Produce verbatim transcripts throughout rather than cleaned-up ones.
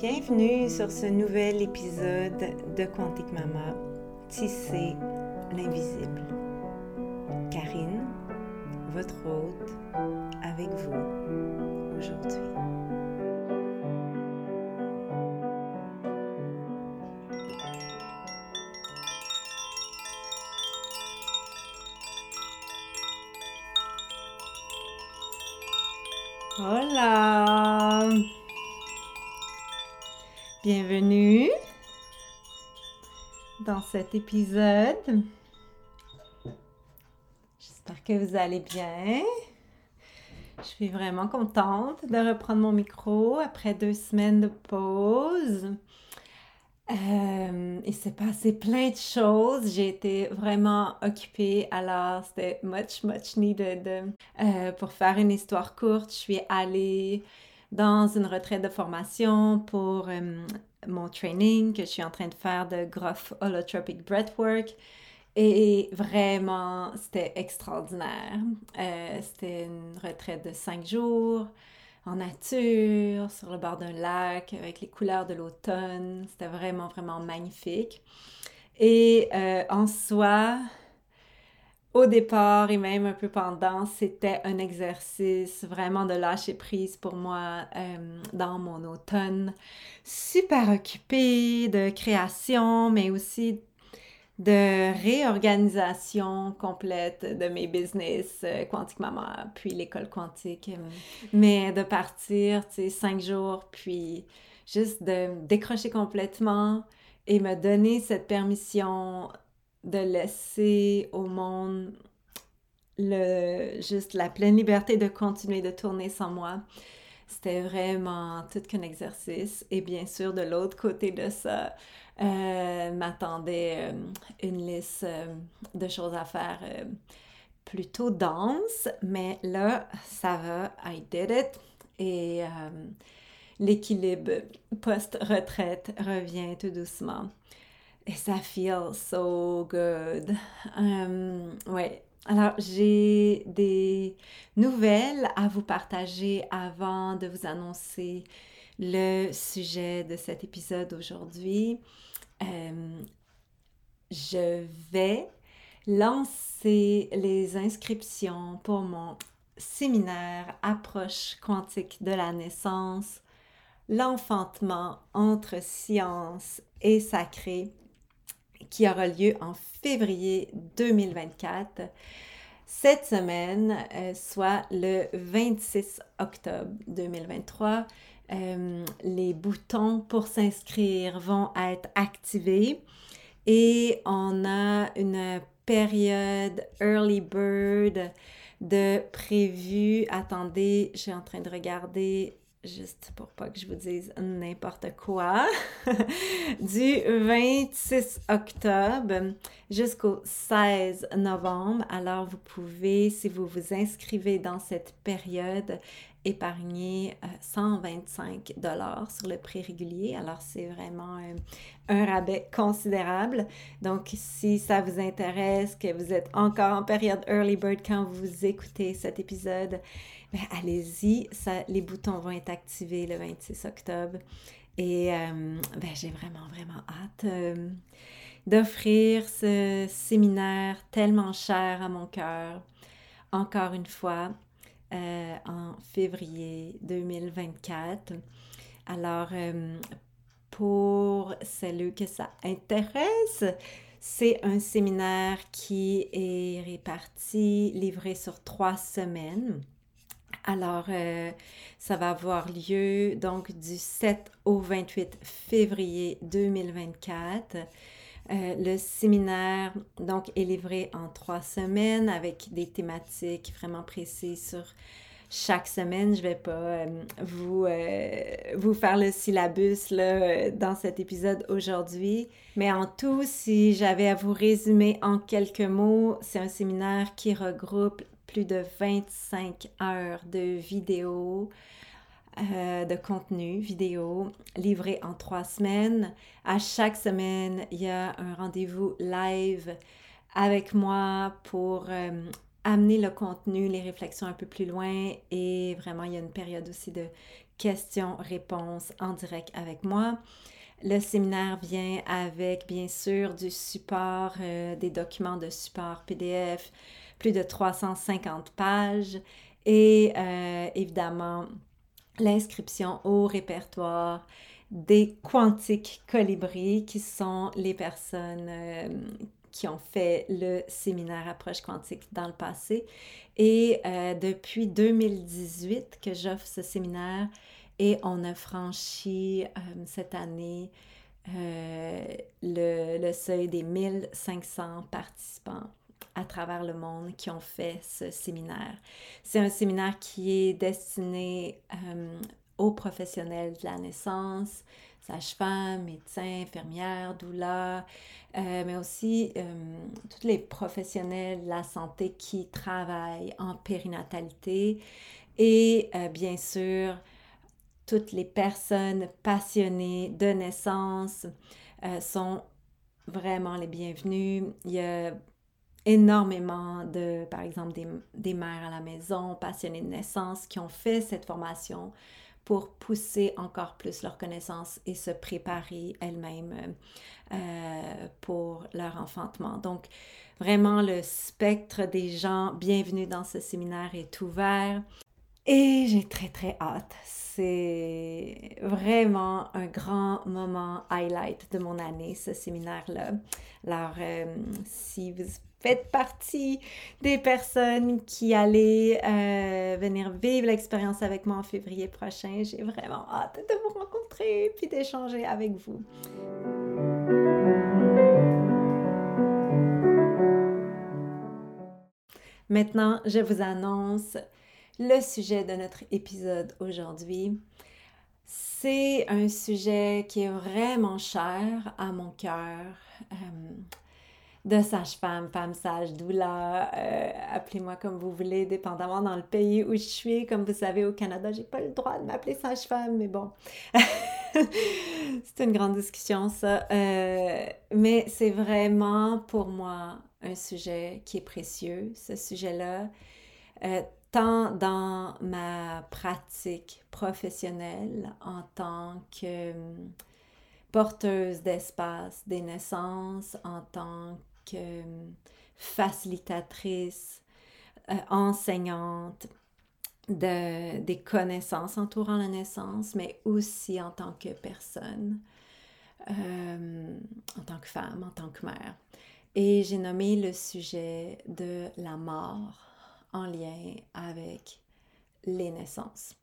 Bienvenue sur ce nouvel épisode de Quantique Mama, Tisser l'invisible. Karine, votre hôte, avec vous aujourd'hui. Hola! Bienvenue dans cet épisode. J'espère que vous allez bien. Je suis vraiment contente de reprendre mon micro après deux semaines de pause. Euh, il s'est passé plein de choses. J'ai été vraiment occupée, alors c'était much, much needed. Euh, pour faire une histoire courte, je suis allée dans une retraite de formation pour euh, mon training que je suis en train de faire de Grof Holotropic Breathwork. Et vraiment, c'était extraordinaire. Euh, c'était une retraite de cinq jours en nature, sur le bord d'un lac, avec les couleurs de l'automne. C'était vraiment, vraiment magnifique. Et euh, en soi, au départ et même un peu pendant, c'était un exercice vraiment de lâcher prise pour moi euh, dans mon automne. Super occupée de création, mais aussi de réorganisation complète de mes business, euh, Quantique Mama, puis l'école quantique. euh, Mais de partir, tu sais, cinq jours, puis juste de décrocher complètement et me donner cette permission de laisser au monde le, juste la pleine liberté de continuer de tourner sans moi. C'était vraiment tout qu'un exercice. Et bien sûr, de l'autre côté de ça, euh, m'attendait euh, une liste euh, de choses à faire euh, plutôt dense. Mais là, ça va, I did it. Et euh, l'équilibre post-retraite revient tout doucement. Et ça feels so good. Um, ouais. Alors, j'ai des nouvelles à vous partager avant de vous annoncer le sujet de cet épisode aujourd'hui. Euh, je vais lancer les inscriptions pour mon séminaire Approche quantique de la naissance, l'enfantement entre science et sacré, qui aura lieu en février deux mille vingt-quatre. Cette semaine, euh, soit le vingt-six octobre deux mille vingt-trois, euh, les boutons pour s'inscrire vont être activés et on a une période early bird de prévu. Attendez, je suis en train de regarder juste pour pas que je vous dise n'importe quoi, du vingt-six octobre jusqu'au seize novembre. Alors, vous pouvez, si vous vous inscrivez dans cette période, épargner euh, cent vingt-cinq dollars sur le prix régulier. Alors, c'est vraiment euh, un rabais considérable. Donc, si ça vous intéresse, que vous êtes encore en période early bird quand vous écoutez cet épisode, ben, allez-y, ça, les boutons vont être activés le vingt-six octobre. Et euh, ben, j'ai vraiment, vraiment hâte euh, d'offrir ce séminaire tellement cher à mon cœur, encore une fois, euh, en février deux mille vingt-quatre. Alors, euh, pour celles que ça intéresse, c'est un séminaire qui est réparti, livré sur trois semaines. Alors, euh, ça va avoir lieu donc du sept au vingt-huit février deux mille vingt-quatre. Euh, le séminaire donc est livré en trois semaines avec des thématiques vraiment précises sur chaque semaine. Je ne vais pas euh, vous, euh, vous faire le syllabus là, dans cet épisode aujourd'hui. Mais en tout, si j'avais à vous résumer en quelques mots, c'est un séminaire qui regroupe plus de vingt-cinq heures de vidéos, euh, de contenu vidéo livré en trois semaines. À chaque semaine, il y a un rendez-vous live avec moi pour euh, amener le contenu, les réflexions un peu plus loin et vraiment, il y a une période aussi de questions-réponses en direct avec moi. Le séminaire vient avec, bien sûr, du support, euh, des documents de support P D F, plus de trois cent cinquante pages et euh, évidemment, l'inscription au répertoire des Quantiques Colibri, qui sont les personnes euh, qui ont fait le séminaire Approche Quantique dans le passé. Et euh, depuis deux mille dix-huit que j'offre ce séminaire et on a franchi euh, cette année euh, le, le seuil des mille cinq cents participants à travers le monde qui ont fait ce séminaire. C'est un séminaire qui est destiné euh, aux professionnels de la naissance, sages-femmes, médecins, infirmières, doulas, euh, mais aussi euh, tous les professionnels de la santé qui travaillent en périnatalité et euh, bien sûr toutes les personnes passionnées de naissance euh, sont vraiment les bienvenues. Il y a énormément de, par exemple, des, des mères à la maison, passionnées de naissance, qui ont fait cette formation pour pousser encore plus leur connaissance et se préparer elles-mêmes euh, pour leur enfantement. Donc, vraiment, le spectre des gens bienvenus dans ce séminaire est ouvert. Et j'ai très très hâte. C'est vraiment un grand moment highlight de mon année, ce séminaire-là. Alors, euh, si vous faites partie des personnes qui allaient euh, venir vivre l'expérience avec moi en février prochain, j'ai vraiment hâte de vous rencontrer puis d'échanger avec vous. Maintenant, je vous annonce le sujet de notre épisode aujourd'hui. C'est un sujet qui est vraiment cher à mon cœur. Euh, de sage-femme, femme sage, doula, euh, appelez-moi comme vous voulez, dépendamment dans le pays où je suis. Comme vous savez, au Canada, j'ai pas le droit de m'appeler sage-femme, mais bon. C'est une grande discussion, ça. Euh, mais c'est vraiment, pour moi, un sujet qui est précieux, ce sujet-là. Euh, tant dans ma pratique professionnelle en tant que hum, porteuse d'espace des naissances, en tant que hum, facilitatrice, euh, enseignante de, des connaissances entourant la naissance, mais aussi en tant que personne, euh, en tant que femme, en tant que mère. Et j'ai nommé le sujet de la mort en lien avec les naissances.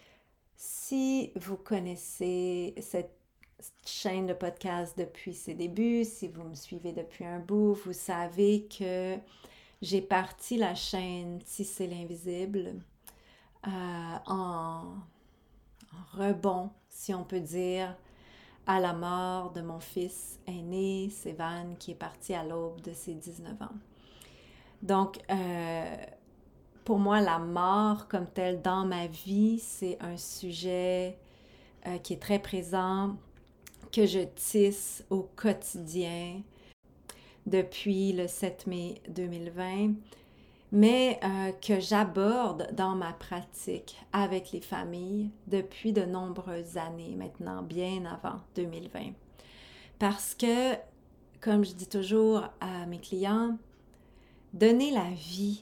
Si vous connaissez cette chaîne de podcast depuis ses débuts, si vous me suivez depuis un bout, vous savez que j'ai parti la chaîne Tisser l'invisible euh, en, en rebond, si on peut dire, à la mort de mon fils aîné, Sévan, qui est parti à l'aube de ses dix-neuf ans. Donc, euh, pour moi, la mort comme telle dans ma vie, c'est un sujet euh, qui est très présent, que je tisse au quotidien depuis le sept mai deux mille vingt, mais euh, que j'aborde dans ma pratique avec les familles depuis de nombreuses années maintenant, bien avant deux mille vingt. Parce que, comme je dis toujours à mes clients, donner la vie,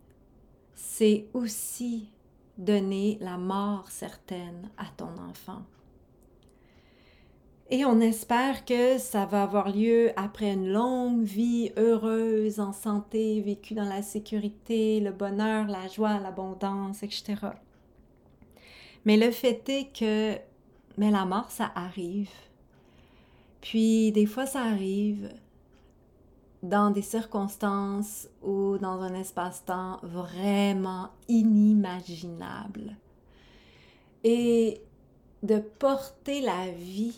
c'est aussi donner la mort certaine à ton enfant. Et on espère que ça va avoir lieu après une longue vie heureuse, en santé, vécue dans la sécurité, le bonheur, la joie, l'abondance, et cetera. Mais le fait est que mais la mort, ça arrive. Puis des fois, ça arrive dans des circonstances ou dans un espace-temps vraiment inimaginable. Et de porter la vie,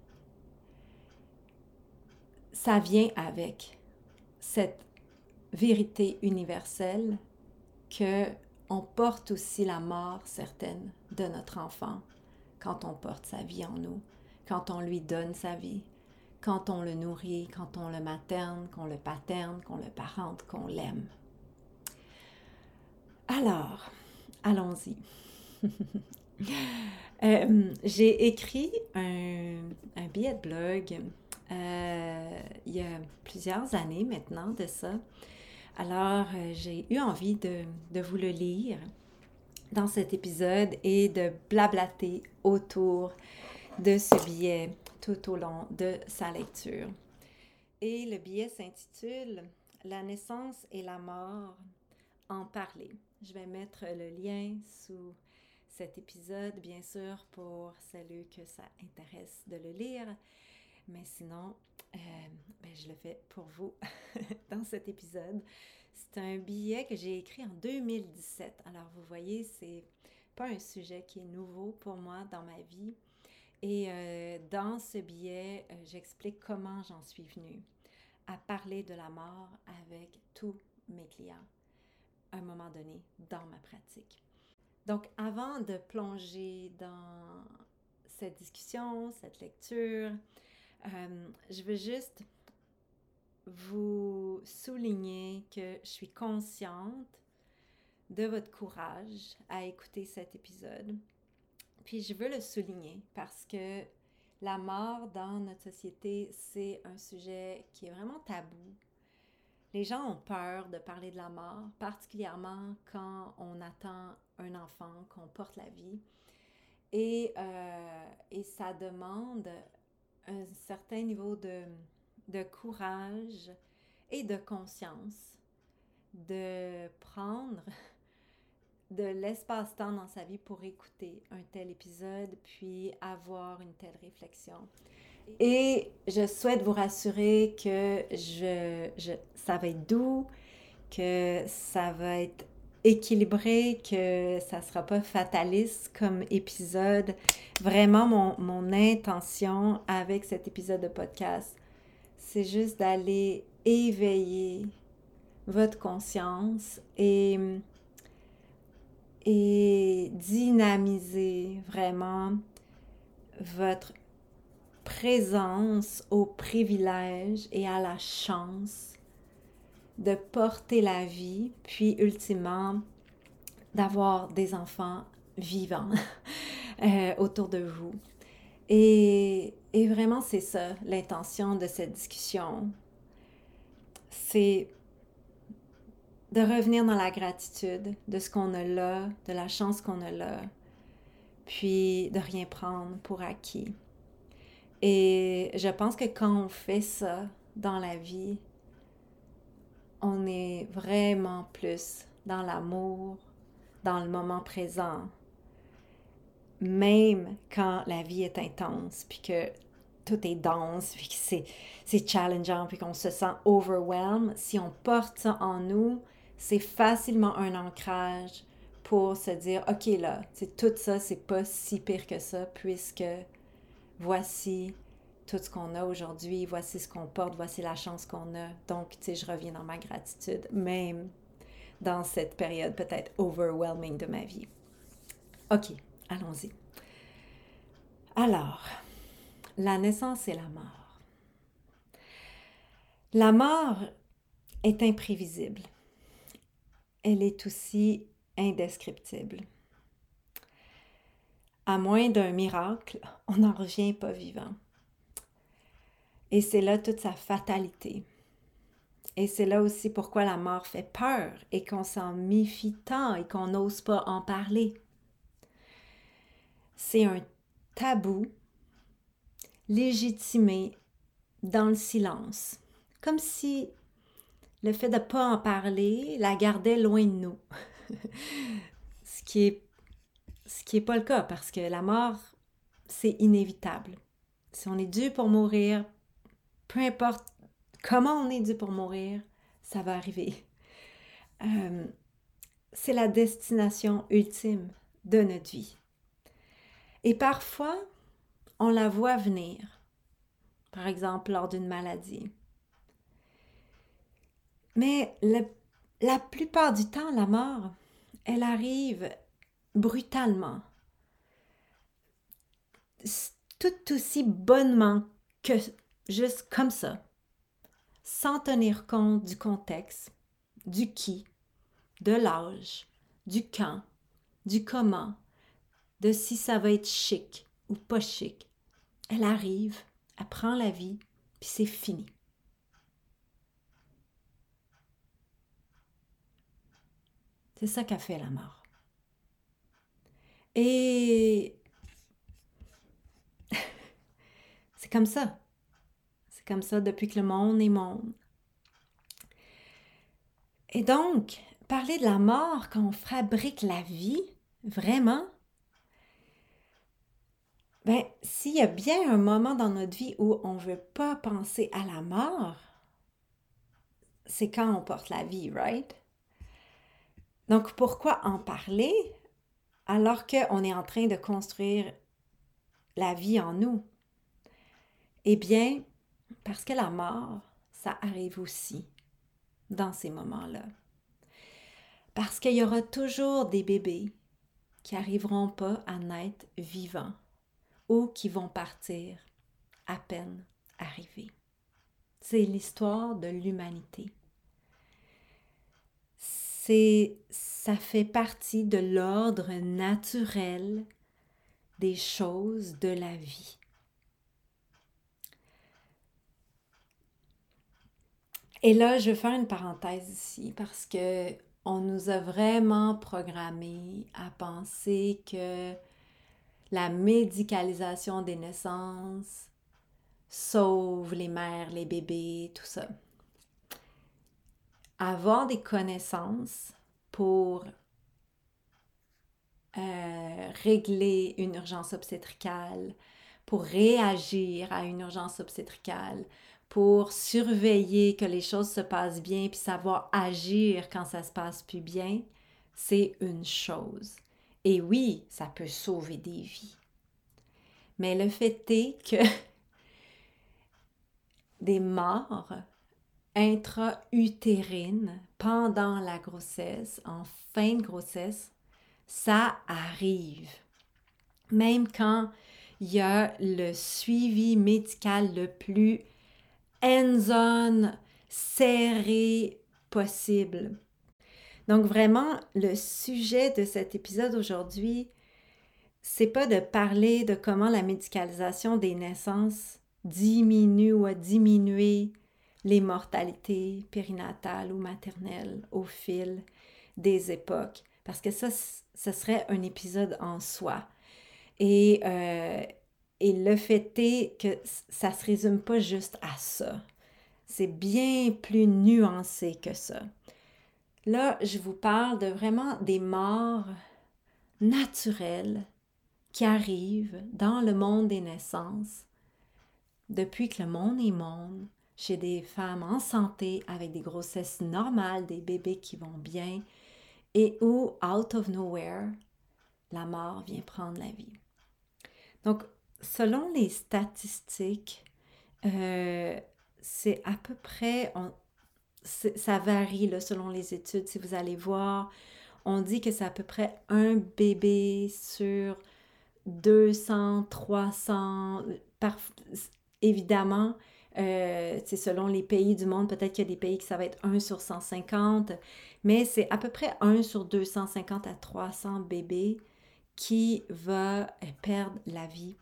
ça vient avec cette vérité universelle que on porte aussi la mort certaine de notre enfant quand on porte sa vie en nous, quand on lui donne sa vie, quand on le nourrit, quand on le materne, qu'on le paterne, qu'on le parente, qu'on l'aime. Alors, allons-y. Euh, j'ai écrit un, un billet de blog euh, il y a plusieurs années maintenant de ça. Alors, euh, j'ai eu envie de, de vous le lire dans cet épisode et de blablater autour de ce billet tout au long de sa lecture. Et le billet s'intitule « La naissance et la mort, en parler ». Je vais mettre le lien sous cet épisode, bien sûr, pour celles que ça intéresse de le lire. Mais sinon, euh, ben, je le fais pour vous dans cet épisode. C'est un billet que j'ai écrit en deux mille dix-sept. Alors, vous voyez, c'est pas un sujet qui est nouveau pour moi dans ma vie. Et euh, dans ce billet, euh, j'explique comment j'en suis venue à parler de la mort avec tous mes clients à un moment donné dans ma pratique. Donc, avant de plonger dans cette discussion, cette lecture, euh, je veux juste vous souligner que je suis consciente de votre courage à écouter cet épisode. Puis je veux le souligner parce que la mort dans notre société, c'est un sujet qui est vraiment tabou. Les gens ont peur de parler de la mort, particulièrement quand on attend un enfant, qu'on porte la vie. Et, euh, et ça demande un certain niveau de, de courage et de conscience de prendre de l'espace-temps dans sa vie pour écouter un tel épisode, puis avoir une telle réflexion. Et je souhaite vous rassurer que je, je, ça va être doux, que ça va être équilibré, que ça ne sera pas fataliste comme épisode. Vraiment, mon, mon intention avec cet épisode de podcast, c'est juste d'aller éveiller votre conscience et, et dynamiser vraiment votre présence au privilège et à la chance de porter la vie, puis ultimement d'avoir des enfants vivants euh, autour de vous. Et, et vraiment, c'est ça l'intention de cette discussion. C'est de revenir dans la gratitude de ce qu'on a là, de la chance qu'on a là, puis de rien prendre pour acquis. Et je pense que quand on fait ça dans la vie, on est vraiment plus dans l'amour, dans le moment présent, même quand la vie est intense, puis que tout est dense, puis que c'est, c'est challengeant, puis qu'on se sent overwhelmed. Si on porte ça en nous, c'est facilement un ancrage pour se dire, OK, là, tout ça, c'est pas si pire que ça, puisque voici tout ce qu'on a aujourd'hui, voici ce qu'on porte, voici la chance qu'on a. Donc, tu sais, je reviens dans ma gratitude, même dans cette période peut-être overwhelming de ma vie. OK, allons-y. Alors, la naissance et la mort. La mort est imprévisible. Elle est aussi indescriptible. À moins d'un miracle, on n'en revient pas vivant. Et c'est là toute sa fatalité. Et c'est là aussi pourquoi la mort fait peur et qu'on s'en méfie tant et qu'on n'ose pas en parler. C'est un tabou légitimé dans le silence, comme si le fait de ne pas en parler la gardait loin de nous. Ce qui est, ce qui est pas le cas, parce que la mort, c'est inévitable. Si on est dû pour mourir, peu importe comment on est dû pour mourir, ça va arriver. Euh, c'est la destination ultime de notre vie. Et parfois, on la voit venir, par exemple lors d'une maladie. Mais le, la plupart du temps, la mort, elle arrive brutalement, tout aussi bonnement que juste comme ça, sans tenir compte du contexte, du qui, de l'âge, du quand, du comment, de si ça va être chic ou pas chic. Elle arrive, elle prend la vie, puis c'est fini. C'est ça qu'a fait la mort. Et c'est comme ça. C'est comme ça depuis que le monde est monde. Et donc, parler de la mort quand on fabrique la vie, vraiment, ben, s'il y a bien un moment dans notre vie où on ne veut pas penser à la mort, c'est quand on porte la vie, right? Donc, pourquoi en parler alors qu'on est en train de construire la vie en nous? Eh bien, parce que la mort, ça arrive aussi dans ces moments-là. Parce qu'il y aura toujours des bébés qui n'arriveront pas à naître vivants ou qui vont partir à peine arrivés. C'est l'histoire de l'humanité. C'est, ça fait partie de l'ordre naturel des choses de la vie. Et là, je vais faire une parenthèse ici parce que on nous a vraiment programmé à penser que la médicalisation des naissances sauve les mères, les bébés, tout ça. Avoir des connaissances pour euh, régler une urgence obstétricale, pour réagir à une urgence obstétricale, pour surveiller que les choses se passent bien puis savoir agir quand ça se passe plus bien, c'est une chose. Et oui, ça peut sauver des vies. Mais le fait est que des morts intra-utérines pendant la grossesse, en fin de grossesse, ça arrive. Même quand il y a le suivi médical le plus hands-on, serré possible. Donc vraiment, le sujet de cet épisode aujourd'hui, c'est pas de parler de comment la médicalisation des naissances diminue ou a diminué les mortalités périnatales ou maternelles au fil des époques. Parce que ça, ce serait un épisode en soi. Et, euh, et le fait est que ça ne se résume pas juste à ça. C'est bien plus nuancé que ça. Là, je vous parle de vraiment des morts naturelles qui arrivent dans le monde des naissances depuis que le monde est monde, chez des femmes en santé avec des grossesses normales, des bébés qui vont bien, et où, out of nowhere, la mort vient prendre la vie. Donc, selon les statistiques, euh, c'est à peu près, on, ça varie là, selon les études, si vous allez voir, on dit que c'est à peu près un bébé sur deux cents, trois cents, par, évidemment, euh, c'est selon les pays du monde, peut-être qu'il y a des pays que ça va être un sur cent cinquante, mais c'est à peu près un sur deux cent cinquante à trois cents bébés qui va perdre la vie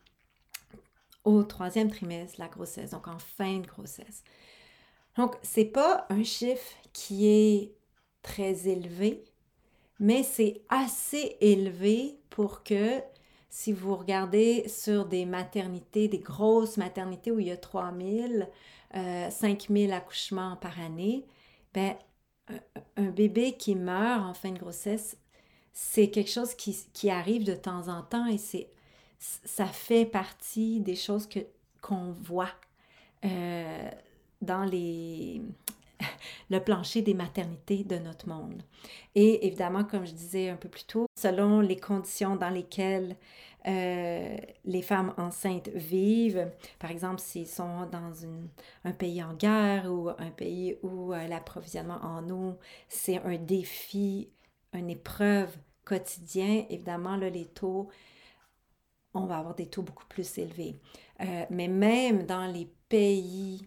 au troisième trimestre de la grossesse, donc en fin de grossesse. Donc, c'est pas un chiffre qui est très élevé, mais c'est assez élevé pour que, si vous regardez sur des maternités, des grosses maternités où il y a trois mille, euh, cinq mille accouchements par année, ben, un, un bébé qui meurt en fin de grossesse, c'est quelque chose qui, qui arrive de temps en temps et c'est, ça fait partie des choses que, qu'on voit euh, dans les, le plancher des maternités de notre monde. Et évidemment, comme je disais un peu plus tôt, selon les conditions dans lesquelles euh, les femmes enceintes vivent, par exemple s'ils sont dans une, un pays en guerre ou un pays où euh, l'approvisionnement en eau, c'est un défi, une épreuve quotidien, évidemment, là, les taux, on va avoir des taux beaucoup plus élevés. Euh, mais même dans les pays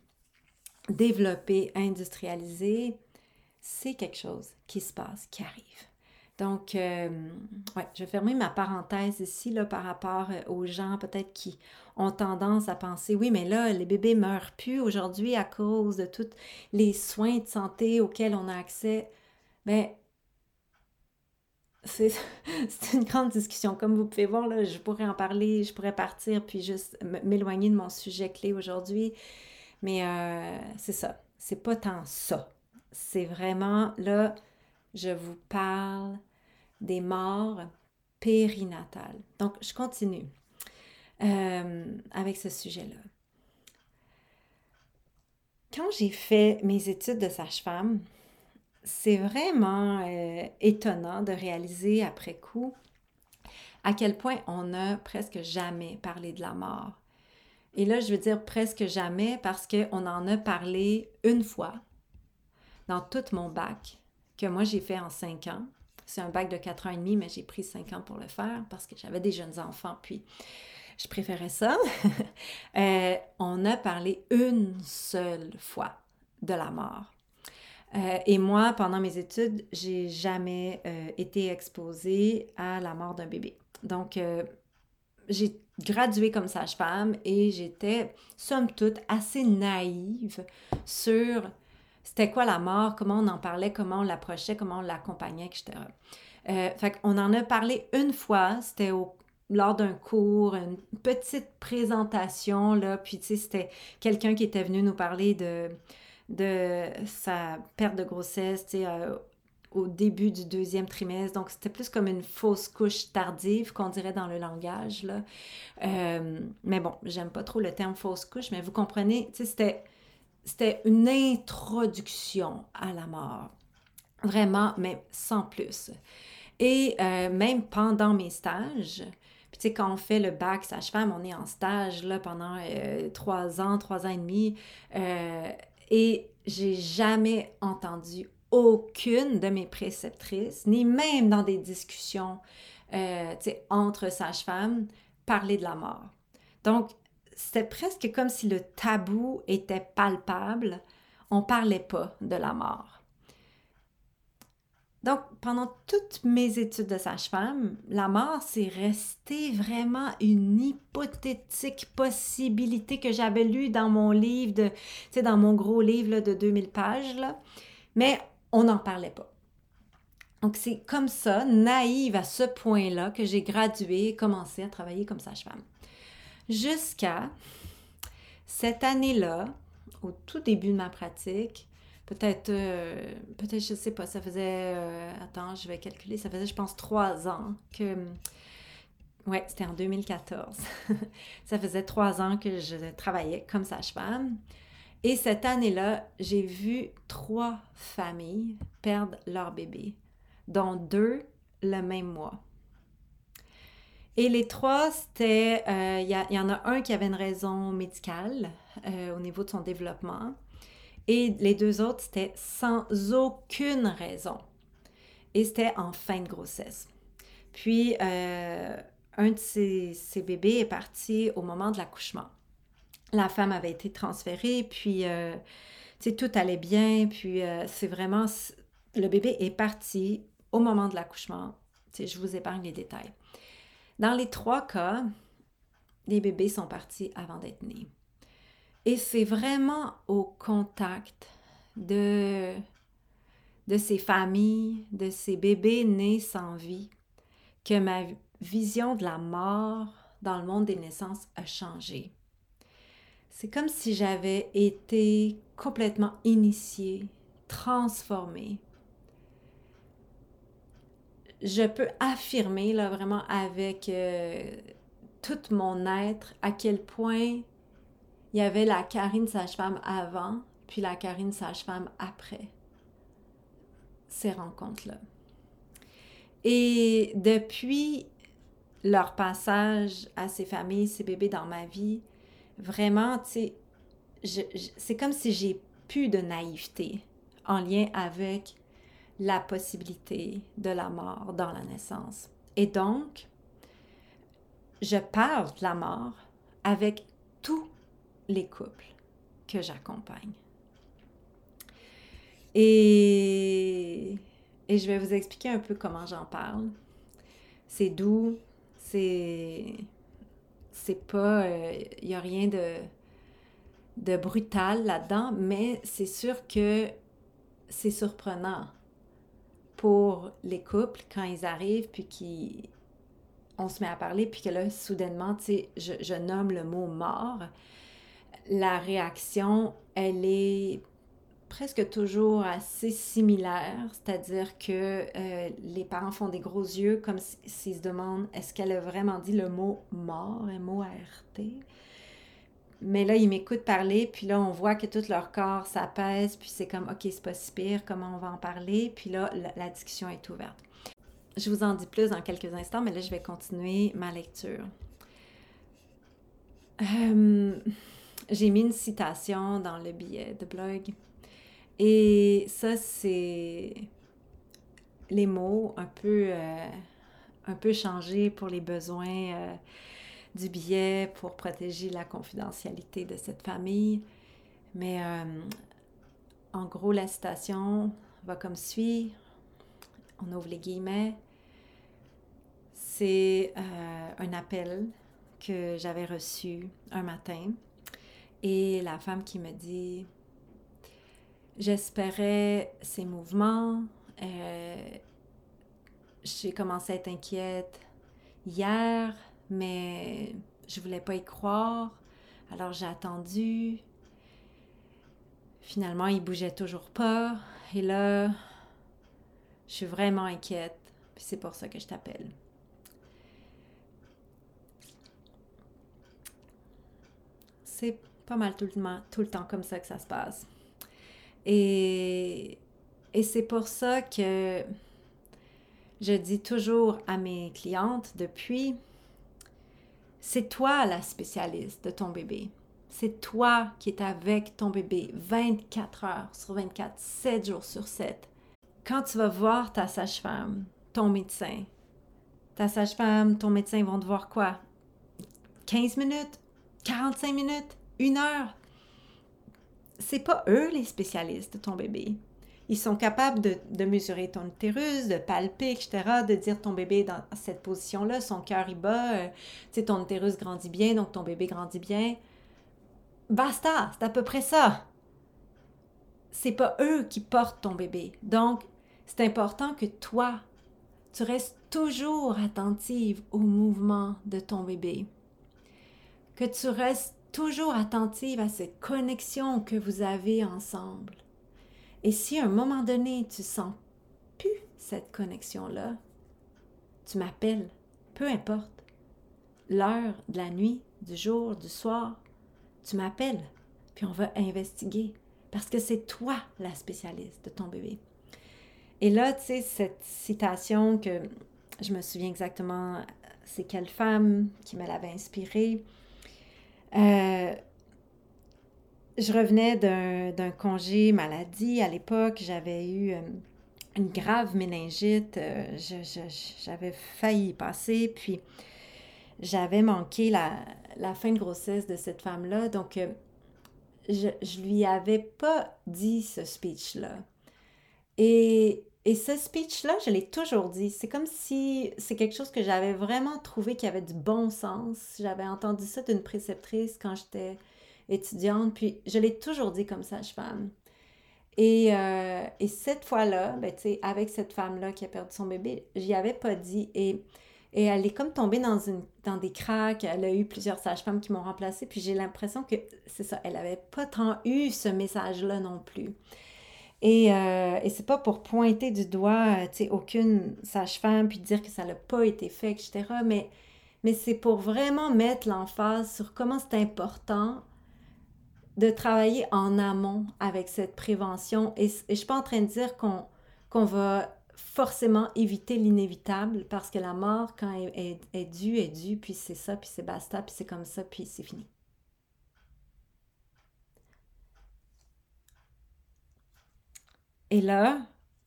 développés, industrialisés, c'est quelque chose qui se passe, qui arrive. Donc, euh, ouais, je vais fermer ma parenthèse ici là, par rapport euh, aux gens peut-être qui ont tendance à penser, oui, mais là, les bébés meurent plus aujourd'hui à cause de tous les soins de santé auxquels on a accès. Ben, c'est c'est une grande discussion. Comme vous pouvez voir, là, je pourrais en parler, je pourrais partir puis juste m- m'éloigner de mon sujet clé aujourd'hui. Mais euh, c'est ça. C'est pas tant ça. C'est vraiment, là, je vous parle des morts périnatales. Donc, je continue euh, avec ce sujet-là. Quand j'ai fait mes études de sage-femme, c'est vraiment euh, étonnant de réaliser après coup à quel point on n'a presque jamais parlé de la mort. Et là, je veux dire presque jamais parce qu'on en a parlé une fois dans tout mon bac que moi j'ai fait en cinq ans. C'est un bac de quatre ans et demi, mais j'ai pris cinq ans pour le faire parce que j'avais des jeunes enfants, puis je préférais ça. euh, on a parlé une seule fois de la mort. Euh, et moi, pendant mes études, j'ai jamais euh, été exposée à la mort d'un bébé. Donc, euh, j'ai gradué comme sage-femme et j'étais, somme toute, assez naïve sur c'était quoi la mort, comment on en parlait, comment on l'approchait, comment on l'accompagnait, et cetera. Euh, fait qu'on en a parlé une fois, c'était au, lors d'un cours, une petite présentation, là, puis tu sais, c'était quelqu'un qui était venu nous parler de, de sa perte de grossesse, tu sais, euh, au début du deuxième trimestre. Donc, c'était plus comme une fausse couche tardive, qu'on dirait dans le langage, là. Euh, mais bon, j'aime pas trop le terme fausse couche, mais vous comprenez, tu sais, c'était, c'était une introduction à la mort. Vraiment, mais sans plus. Et euh, même pendant mes stages, puis tu sais, quand on fait le bac sage-femme, on est en stage là, pendant euh, trois ans, trois ans et demi, euh, et j'ai jamais entendu aucune de mes préceptrices, ni même dans des discussions euh, tu sais, entre sages-femmes, parler de la mort. Donc, c'était presque comme si le tabou était palpable. On parlait pas de la mort. Donc, pendant toutes mes études de sage-femme, la mort, c'est resté vraiment une hypothétique possibilité que j'avais lue dans mon livre, de, tu sais, dans mon gros livre là, de deux mille pages, là. Mais on n'en parlait pas. Donc, c'est comme ça, naïve à ce point-là, que j'ai gradué et commencé à travailler comme sage-femme. Jusqu'à cette année-là, au tout début de ma pratique, peut-être, euh, peut-être, je sais pas, ça faisait, euh, attends, je vais calculer, ça faisait, je pense, trois ans que, ouais, c'était en deux mille quatorze. Ça faisait trois ans que je travaillais comme sage-femme. Et cette année-là, j'ai vu trois familles perdre leur bébé, dont deux le même mois. Et les trois, c'était, euh, il y, y en a un qui avait une raison médicale euh, au niveau de son développement. Et les deux autres, c'était sans aucune raison. Et c'était en fin de grossesse. Puis, euh, un de ces, ces bébés est parti au moment de l'accouchement. La femme avait été transférée, puis, euh, tu sais, tout allait bien. Puis, euh, c'est vraiment... Le bébé est parti au moment de l'accouchement. Tu sais, je vous épargne les détails. Dans les trois cas, les bébés sont partis avant d'être nés. Et c'est vraiment au contact de, de ces familles, de ces bébés nés sans vie, que ma vision de la mort dans le monde des naissances a changé. C'est comme si j'avais été complètement initiée, transformée. Je peux affirmer là vraiment avec euh, tout mon être à quel point il y avait la Karine sage-femme avant, puis la Karine sage-femme après ces rencontres-là. Et depuis leur passage à ces familles, ces bébés dans ma vie, vraiment, tu sais, je, je, c'est comme si j'ai plus de naïveté en lien avec la possibilité de la mort dans la naissance. Et donc, je parle de la mort avec tous les couples que j'accompagne. Et, et je vais vous expliquer un peu comment j'en parle. C'est doux, c'est... C'est pas... Il n'y a rien de, de brutal là-dedans, mais c'est sûr que c'est surprenant pour les couples quand ils arrivent, puis qu'on se met à parler, puis que là, soudainement, tu sais, je, je nomme le mot mort. La réaction, elle est presque toujours assez similaire, c'est-à-dire que euh, les parents font des gros yeux comme s'ils se demandent est-ce qu'elle a vraiment dit le mot mort, M O R T. Mais là, ils m'écoutent parler, puis là, on voit que tout leur corps s'apaise, puis c'est comme, OK, c'est pas si pire, comment on va en parler? Puis là, la, la discussion est ouverte. Je vous en dis plus dans quelques instants, mais là, je vais continuer ma lecture. Euh, j'ai mis une citation dans le billet de blog. Et ça, c'est les mots un peu, euh, un peu changés pour les besoins euh, du billet, pour protéger la confidentialité de cette famille. Mais euh, en gros, la citation va comme suit. On ouvre les guillemets. C'est euh, un appel que j'avais reçu un matin. Et la femme qui me dit « J'espérais ces mouvements. Euh, j'ai commencé à être inquiète hier, mais je voulais pas y croire. Alors j'ai attendu. Finalement, il bougeait toujours pas. Et là, je suis vraiment inquiète. Puis c'est pour ça que je t'appelle. » C'est pas mal tout le, temps, tout le temps comme ça que ça se passe. Et, et c'est pour ça que je dis toujours à mes clientes depuis, c'est toi la spécialiste de ton bébé. C'est toi qui es avec ton bébé vingt-quatre heures sur vingt-quatre, sept jours sur sept. Quand tu vas voir ta sage-femme, ton médecin, ta sage-femme, ton médecin vont te voir quoi? quinze minutes? quarante-cinq minutes? Une heure? C'est pas eux les spécialistes de ton bébé. Ils sont capables de, de mesurer ton utérus, de palper, et cetera, de dire ton bébé est dans cette position-là, son cœur y bat, euh, tu sais, ton utérus grandit bien, donc ton bébé grandit bien. Basta, c'est à peu près ça. C'est pas eux qui portent ton bébé. Donc, c'est important que toi, tu restes toujours attentive au mouvement de ton bébé. Que tu restes toujours attentive à cette connexion que vous avez ensemble. Et si à un moment donné, tu sens plus cette connexion-là, tu m'appelles, peu importe, l'heure de la nuit, du jour, du soir, tu m'appelles, puis on va investiguer, parce que c'est toi la spécialiste de ton bébé. Et là, tu sais, cette citation que je me souviens exactement, c'est quelle femme qui me l'avait inspirée. Euh, je revenais d'un, d'un congé maladie à l'époque, j'avais eu euh, une grave méningite, euh, je, je, j'avais failli y passer, puis j'avais manqué la, la fin de grossesse de cette femme-là, donc euh, je, je lui avais pas dit ce speech-là. Et, et ce speech-là, je l'ai toujours dit. C'est comme si c'est quelque chose que j'avais vraiment trouvé qui avait du bon sens. J'avais entendu ça d'une préceptrice quand j'étais étudiante, puis je l'ai toujours dit comme sage-femme. Et, euh, et cette fois-là, ben, tu sais, avec cette femme-là qui a perdu son bébé, j'y avais pas dit. Et, et elle est comme tombée dans, une, dans des cracks. Elle a eu plusieurs sages-femmes qui m'ont remplacée. Puis j'ai l'impression que c'est ça, elle avait pas tant eu ce message-là non plus. Et, euh, et c'est pas pour pointer du doigt, euh, tu sais, aucune sage-femme, puis dire que ça n'a pas été fait, et cetera. Mais, mais c'est pour vraiment mettre l'emphase sur comment c'est important de travailler en amont avec cette prévention. Et, et je ne suis pas en train de dire qu'on, qu'on va forcément éviter l'inévitable, parce que la mort, quand elle est, est due, est due, puis c'est ça, puis c'est basta, puis c'est comme ça, puis c'est fini. Et là,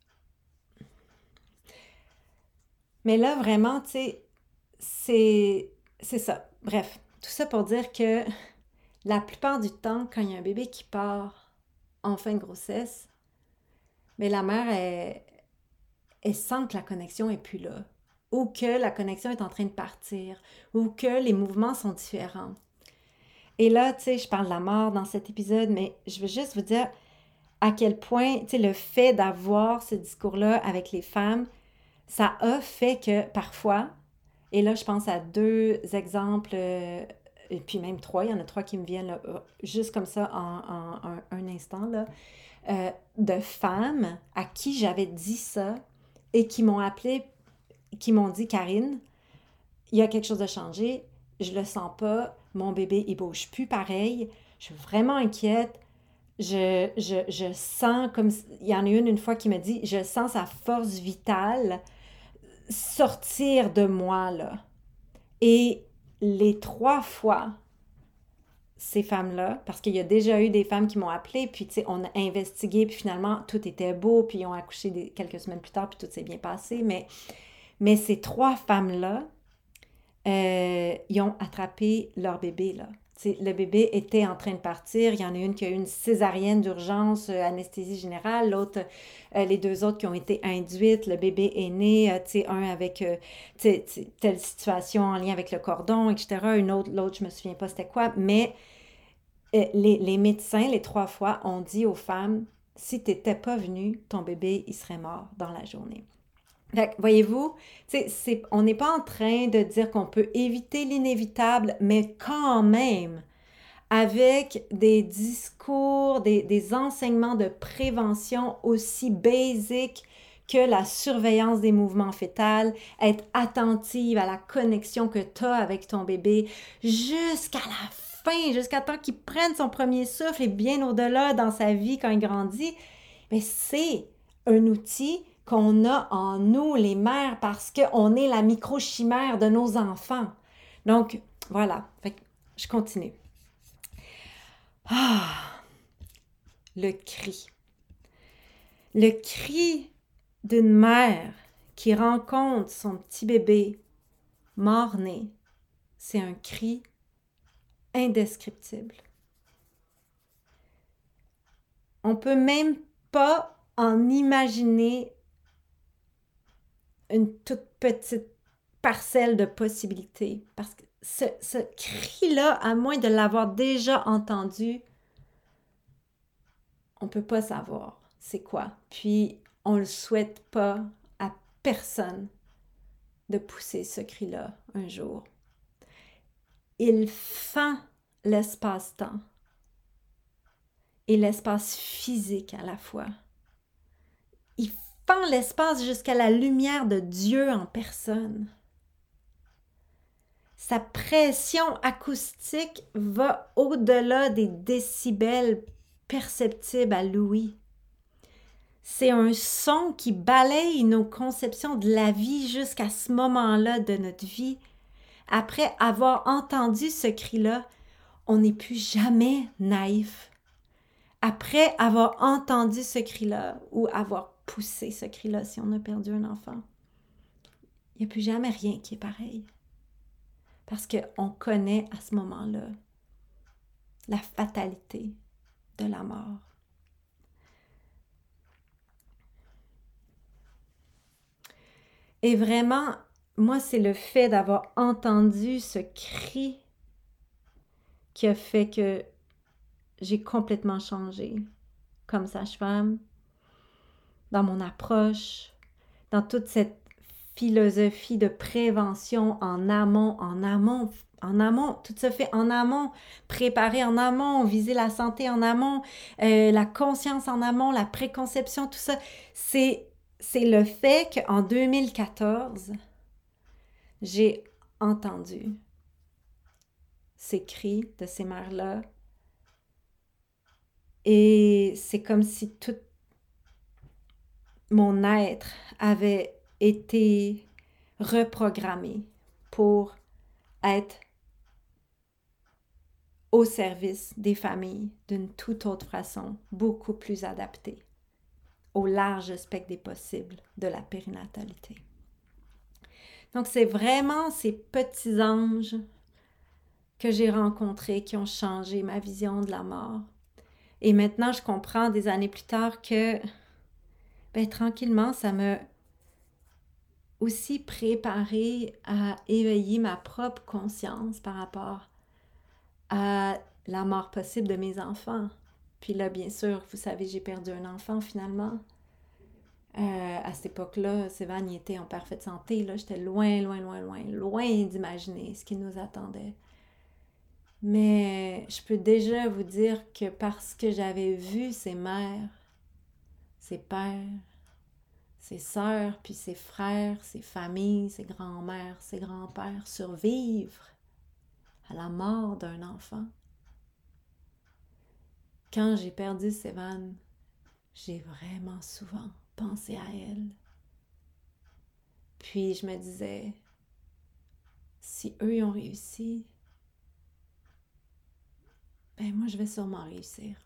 mais là, vraiment, tu sais, c'est, c'est ça. Bref, tout ça pour dire que la plupart du temps, quand il y a un bébé qui part en fin de grossesse, mais la mère, elle, elles sentent que la connexion est plus là, ou que la connexion est en train de partir, ou que les mouvements sont différents. Et là, tu sais, je parle de la mort dans cet épisode, mais je veux juste vous dire à quel point, tu sais, le fait d'avoir ce discours-là avec les femmes, ça a fait que parfois, et là, je pense à deux exemples, euh, et puis même trois, il y en a trois qui me viennent là, euh, juste comme ça en, en- en un instant, là, euh, de femmes à qui j'avais dit ça et qui m'ont appelé, qui m'ont dit, Karine, il y a quelque chose de changé, je le sens pas, mon bébé, il bouge plus pareil, je suis vraiment inquiète, je, je, je sens comme, il y en a une une fois qui me dit, je sens sa force vitale sortir de moi, là. Et les trois fois, ces femmes-là, parce qu'il y a déjà eu des femmes qui m'ont appelé, puis tu sais, on a investigué, puis finalement, tout était beau, puis ils ont accouché des, quelques semaines plus tard, puis tout s'est bien passé, mais, mais ces trois femmes-là, euh, ils ont attrapé leur bébé, là. T'sais, le bébé était en train de partir. Il y en a une qui a eu une césarienne d'urgence, euh, anesthésie générale. L'autre, euh, les deux autres qui ont été induites. Le bébé est né, euh, t'sais, un avec euh, t'sais, t'sais, telle situation en lien avec le cordon, et cetera. Une autre, l'autre, je me souviens pas c'était quoi. Mais euh, les, les médecins, les trois fois, ont dit aux femmes, si tu n'étais pas venue, ton bébé, il serait mort dans la journée. Fait que, voyez-vous, c'est, c'est, on n'est pas en train de dire qu'on peut éviter l'inévitable, mais quand même, avec des discours, des, des enseignements de prévention aussi basiques que la surveillance des mouvements fœtales, être attentive à la connexion que tu as avec ton bébé jusqu'à la fin, jusqu'à temps qu'il prenne son premier souffle et bien au-delà dans sa vie quand il grandit, mais c'est un outil qu'on a en nous, les mères, parce qu'on est la microchimère de nos enfants. Donc, voilà. Fait que je continue. Ah, le cri. Le cri d'une mère qui rencontre son petit bébé mort-né, c'est un cri indescriptible. On peut même pas en imaginer une toute petite parcelle de possibilités. Parce que ce, ce cri-là, à moins de l'avoir déjà entendu, on ne peut pas savoir c'est quoi. Puis, on ne le souhaite pas à personne de pousser ce cri-là un jour. Il fend l'espace-temps et l'espace physique à la fois. Il fend l'espace jusqu'à la lumière de Dieu en personne. Sa pression acoustique va au-delà des décibels perceptibles à l'ouïe. C'est un son qui balaye nos conceptions de la vie jusqu'à ce moment-là de notre vie. Après avoir entendu ce cri-là, on n'est plus jamais naïf. Après avoir entendu ce cri-là ou avoir poussé ce cri-là si on a perdu un enfant, il n'y a plus jamais rien qui est pareil. Parce qu'on connaît à ce moment-là la fatalité de la mort. Et vraiment, moi, c'est le fait d'avoir entendu ce cri qui a fait que j'ai complètement changé comme sage-femme, dans mon approche, dans toute cette philosophie de prévention en amont, en amont, en amont, tout se fait en amont, préparer en amont, viser la santé en amont, euh, la conscience en amont, la préconception, tout ça. C'est, c'est le fait qu'en deux mille quatorze, j'ai entendu ces cris de ces mères-là et c'est comme si tout mon être avait été reprogrammé pour être au service des familles d'une toute autre façon, beaucoup plus adaptée au large spectre des possibles de la périnatalité. Donc, c'est vraiment ces petits anges que j'ai rencontrés qui ont changé ma vision de la mort. Et maintenant, je comprends des années plus tard que, ben, tranquillement, ça me, aussi préparée à éveiller ma propre conscience par rapport à la mort possible de mes enfants. Puis là, bien sûr, vous savez, j'ai perdu un enfant finalement. Euh, à cette époque-là, Sévan il était en parfaite santé. Là, j'étais loin, loin, loin, loin, loin d'imaginer ce qui nous attendait. Mais je peux déjà vous dire que parce que j'avais vu ses mères, ses pères, ses sœurs, puis ses frères, ses familles, ses grands-mères, ses grands-pères survivre à la mort d'un enfant, quand j'ai perdu Sévan, j'ai vraiment souvent pensé à elle. Puis je me disais, si eux ils ont réussi, ben moi je vais sûrement réussir.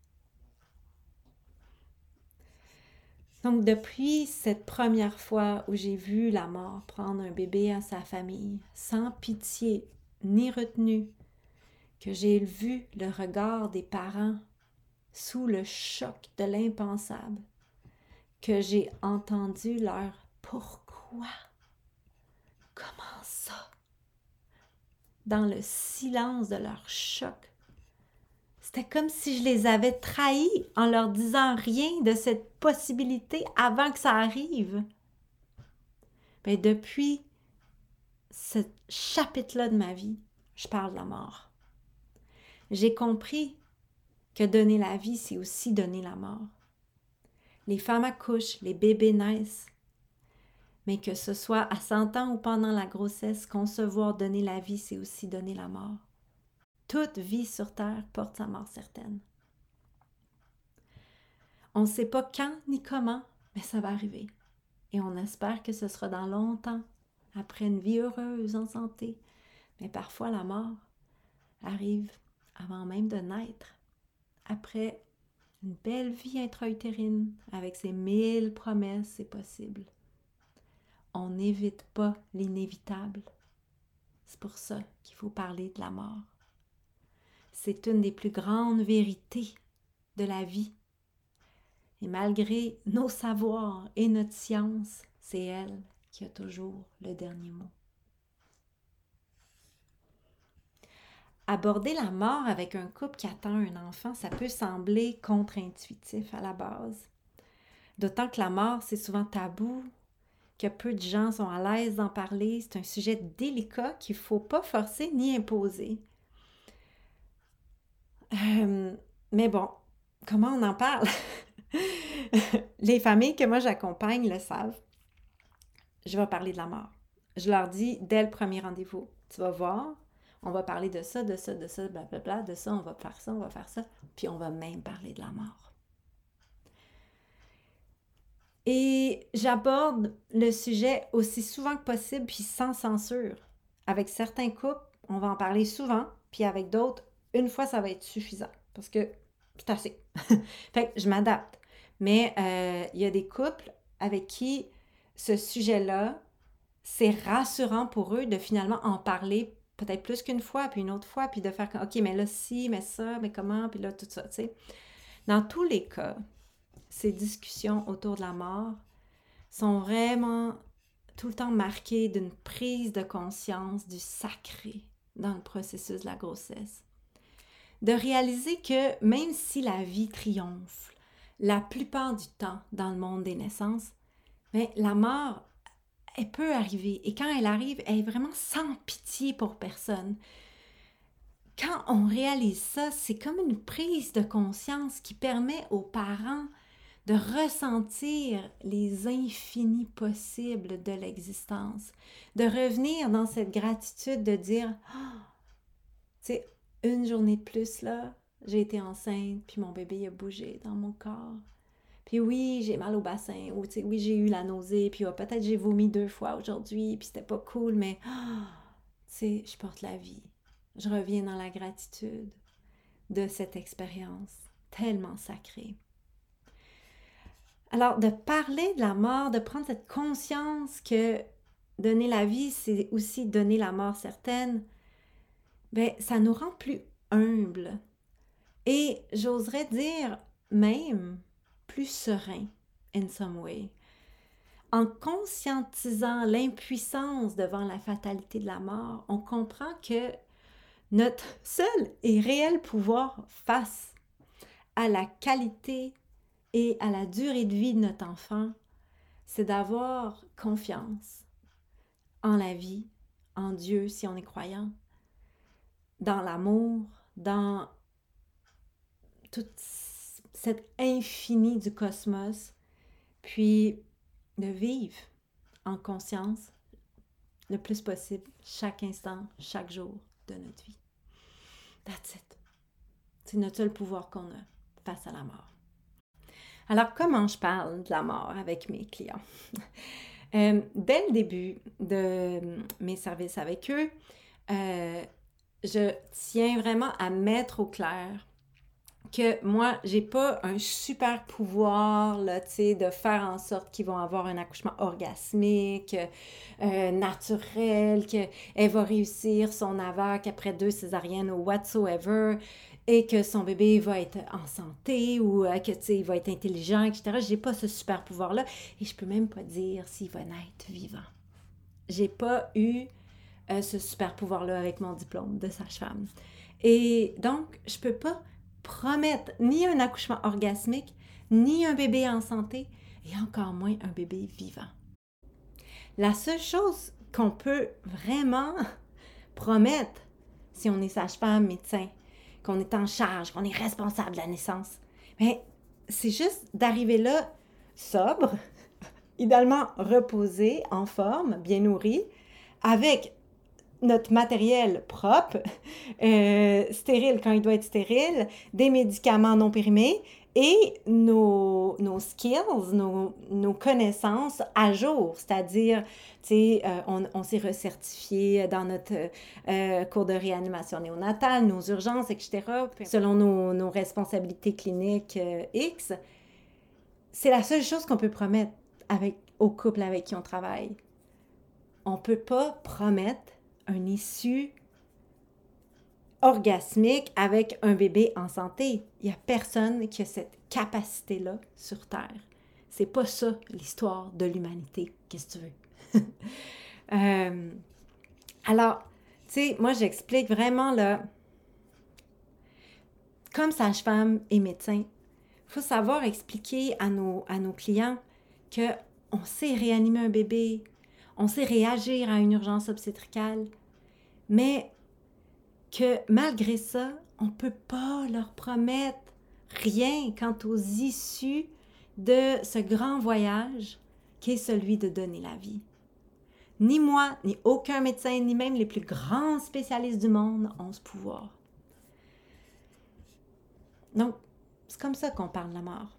Donc depuis cette première fois où j'ai vu la mort prendre un bébé à sa famille, sans pitié ni retenue, que j'ai vu le regard des parents sous le choc de l'impensable, que j'ai entendu leur « pourquoi? Comment ça? » dans le silence de leur choc. C'était comme si je les avais trahis en leur disant rien de cette possibilité avant que ça arrive. Mais depuis ce chapitre-là de ma vie, je parle de la mort. J'ai compris que donner la vie, c'est aussi donner la mort. Les femmes accouchent, les bébés naissent, mais que ce soit à cent ans ou pendant la grossesse, concevoir, donner la vie, c'est aussi donner la mort. Toute vie sur Terre porte sa mort certaine. On ne sait pas quand ni comment, mais ça va arriver. Et on espère que ce sera dans longtemps, après une vie heureuse, en santé. Mais parfois, la mort arrive avant même de naître, après une belle vie intra-utérine, avec ses mille promesses, c'est possible. On n'évite pas l'inévitable. C'est pour ça qu'il faut parler de la mort. C'est une des plus grandes vérités de la vie. Et malgré nos savoirs et notre science, c'est elle qui a toujours le dernier mot. Aborder la mort avec un couple qui attend un enfant, ça peut sembler contre-intuitif à la base. D'autant que la mort, c'est souvent tabou, que peu de gens sont à l'aise d'en parler. C'est un sujet délicat qu'il ne faut pas forcer ni imposer. Euh, mais bon, comment on en parle? Les familles que moi j'accompagne le savent. Je vais parler de la mort. Je leur dis dès le premier rendez-vous, tu vas voir, on va parler de ça, de ça, de ça, blablabla, de ça, on va faire ça, on va faire ça, puis on va même parler de la mort. Et j'aborde le sujet aussi souvent que possible, puis sans censure. Avec certains couples, on va en parler souvent, puis avec d'autres, une fois, ça va être suffisant, parce que c'est assez. Fait que je m'adapte. Mais euh, il y a des couples avec qui ce sujet-là, c'est rassurant pour eux de finalement en parler peut-être plus qu'une fois, puis une autre fois, puis de faire comme, OK, mais là, si, mais ça, mais comment, puis là, tout ça, tu sais. Dans tous les cas, ces discussions autour de la mort sont vraiment tout le temps marquées d'une prise de conscience du sacré dans le processus de la grossesse. De réaliser que même si la vie triomphe, la plupart du temps dans le monde des naissances, mais la mort, elle peut arriver. Et quand elle arrive, elle est vraiment sans pitié pour personne. Quand on réalise ça, c'est comme une prise de conscience qui permet aux parents de ressentir les infinis possibles de l'existence, de revenir dans cette gratitude de dire oh, « tu sais, une journée de plus, là, j'ai été enceinte, puis mon bébé a bougé dans mon corps. Puis oui, j'ai mal au bassin, ou tu sais, oui, j'ai eu la nausée, puis oh, peut-être j'ai vomi deux fois aujourd'hui, puis c'était pas cool, mais oh, tu sais, je porte la vie. Je reviens dans la gratitude de cette expérience tellement sacrée. » Alors, de parler de la mort, de prendre cette conscience que donner la vie, c'est aussi donner la mort certaine, ben, ça nous rend plus humbles. Et j'oserais dire même plus sereins, in some way. En conscientisant l'impuissance devant la fatalité de la mort, on comprend que notre seul et réel pouvoir face à la qualité et à la durée de vie de notre enfant, c'est d'avoir confiance en la vie, en Dieu si on est croyant, dans l'amour, dans tout cet infini du cosmos, puis de vivre en conscience le plus possible chaque instant, chaque jour de notre vie. That's it. C'est notre seul pouvoir qu'on a face à la mort. Alors, comment je parle de la mort avec mes clients? euh, dès le début de mes services avec eux, euh, je tiens vraiment à mettre au clair que moi, j'ai pas un super pouvoir là, tu sais, de faire en sorte qu'ils vont avoir un accouchement orgasmique, euh, naturel, qu'elle va réussir son A V A C après deux césariennes ou whatsoever, et que son bébé va être en santé ou euh, que, tu sais, il va être intelligent, et cetera. J'ai pas ce super pouvoir-là et je peux même pas dire s'il va naître vivant. J'ai pas eu euh, ce super pouvoir-là avec mon diplôme de sage-femme. Et donc, je peux pas promettre ni un accouchement orgasmique, ni un bébé en santé, et encore moins un bébé vivant. La seule chose qu'on peut vraiment promettre, si on est sage-femme, médecin, qu'on est en charge, qu'on est responsable de la naissance, mais c'est juste d'arriver là sobre, idéalement reposé, en forme, bien nourri, avec notre matériel propre, euh, stérile quand il doit être stérile, des médicaments non périmés et nos, nos skills, nos, nos connaissances à jour. C'est-à-dire, tu sais, euh, on, on s'est recertifié dans notre euh, cours de réanimation néonatale, nos urgences, et cetera, selon nos, nos responsabilités cliniques euh, X. C'est la seule chose qu'on peut promettre avec, au couple avec qui on travaille. On ne peut pas promettre un issue orgasmique avec un bébé en santé. Il n'y a personne qui a cette capacité-là sur Terre. C'est pas ça l'histoire de l'humanité. Qu'est-ce que tu veux? euh, alors, tu sais, moi j'explique vraiment là, comme sage-femme et médecin, il faut savoir expliquer à nos, à nos clients qu'on sait réanimer un bébé, on sait réagir à une urgence obstétricale, mais que malgré ça, on ne peut pas leur promettre rien quant aux issues de ce grand voyage qui est celui de donner la vie. Ni moi, ni aucun médecin, ni même les plus grands spécialistes du monde ont ce pouvoir. Donc, c'est comme ça qu'on parle de la mort.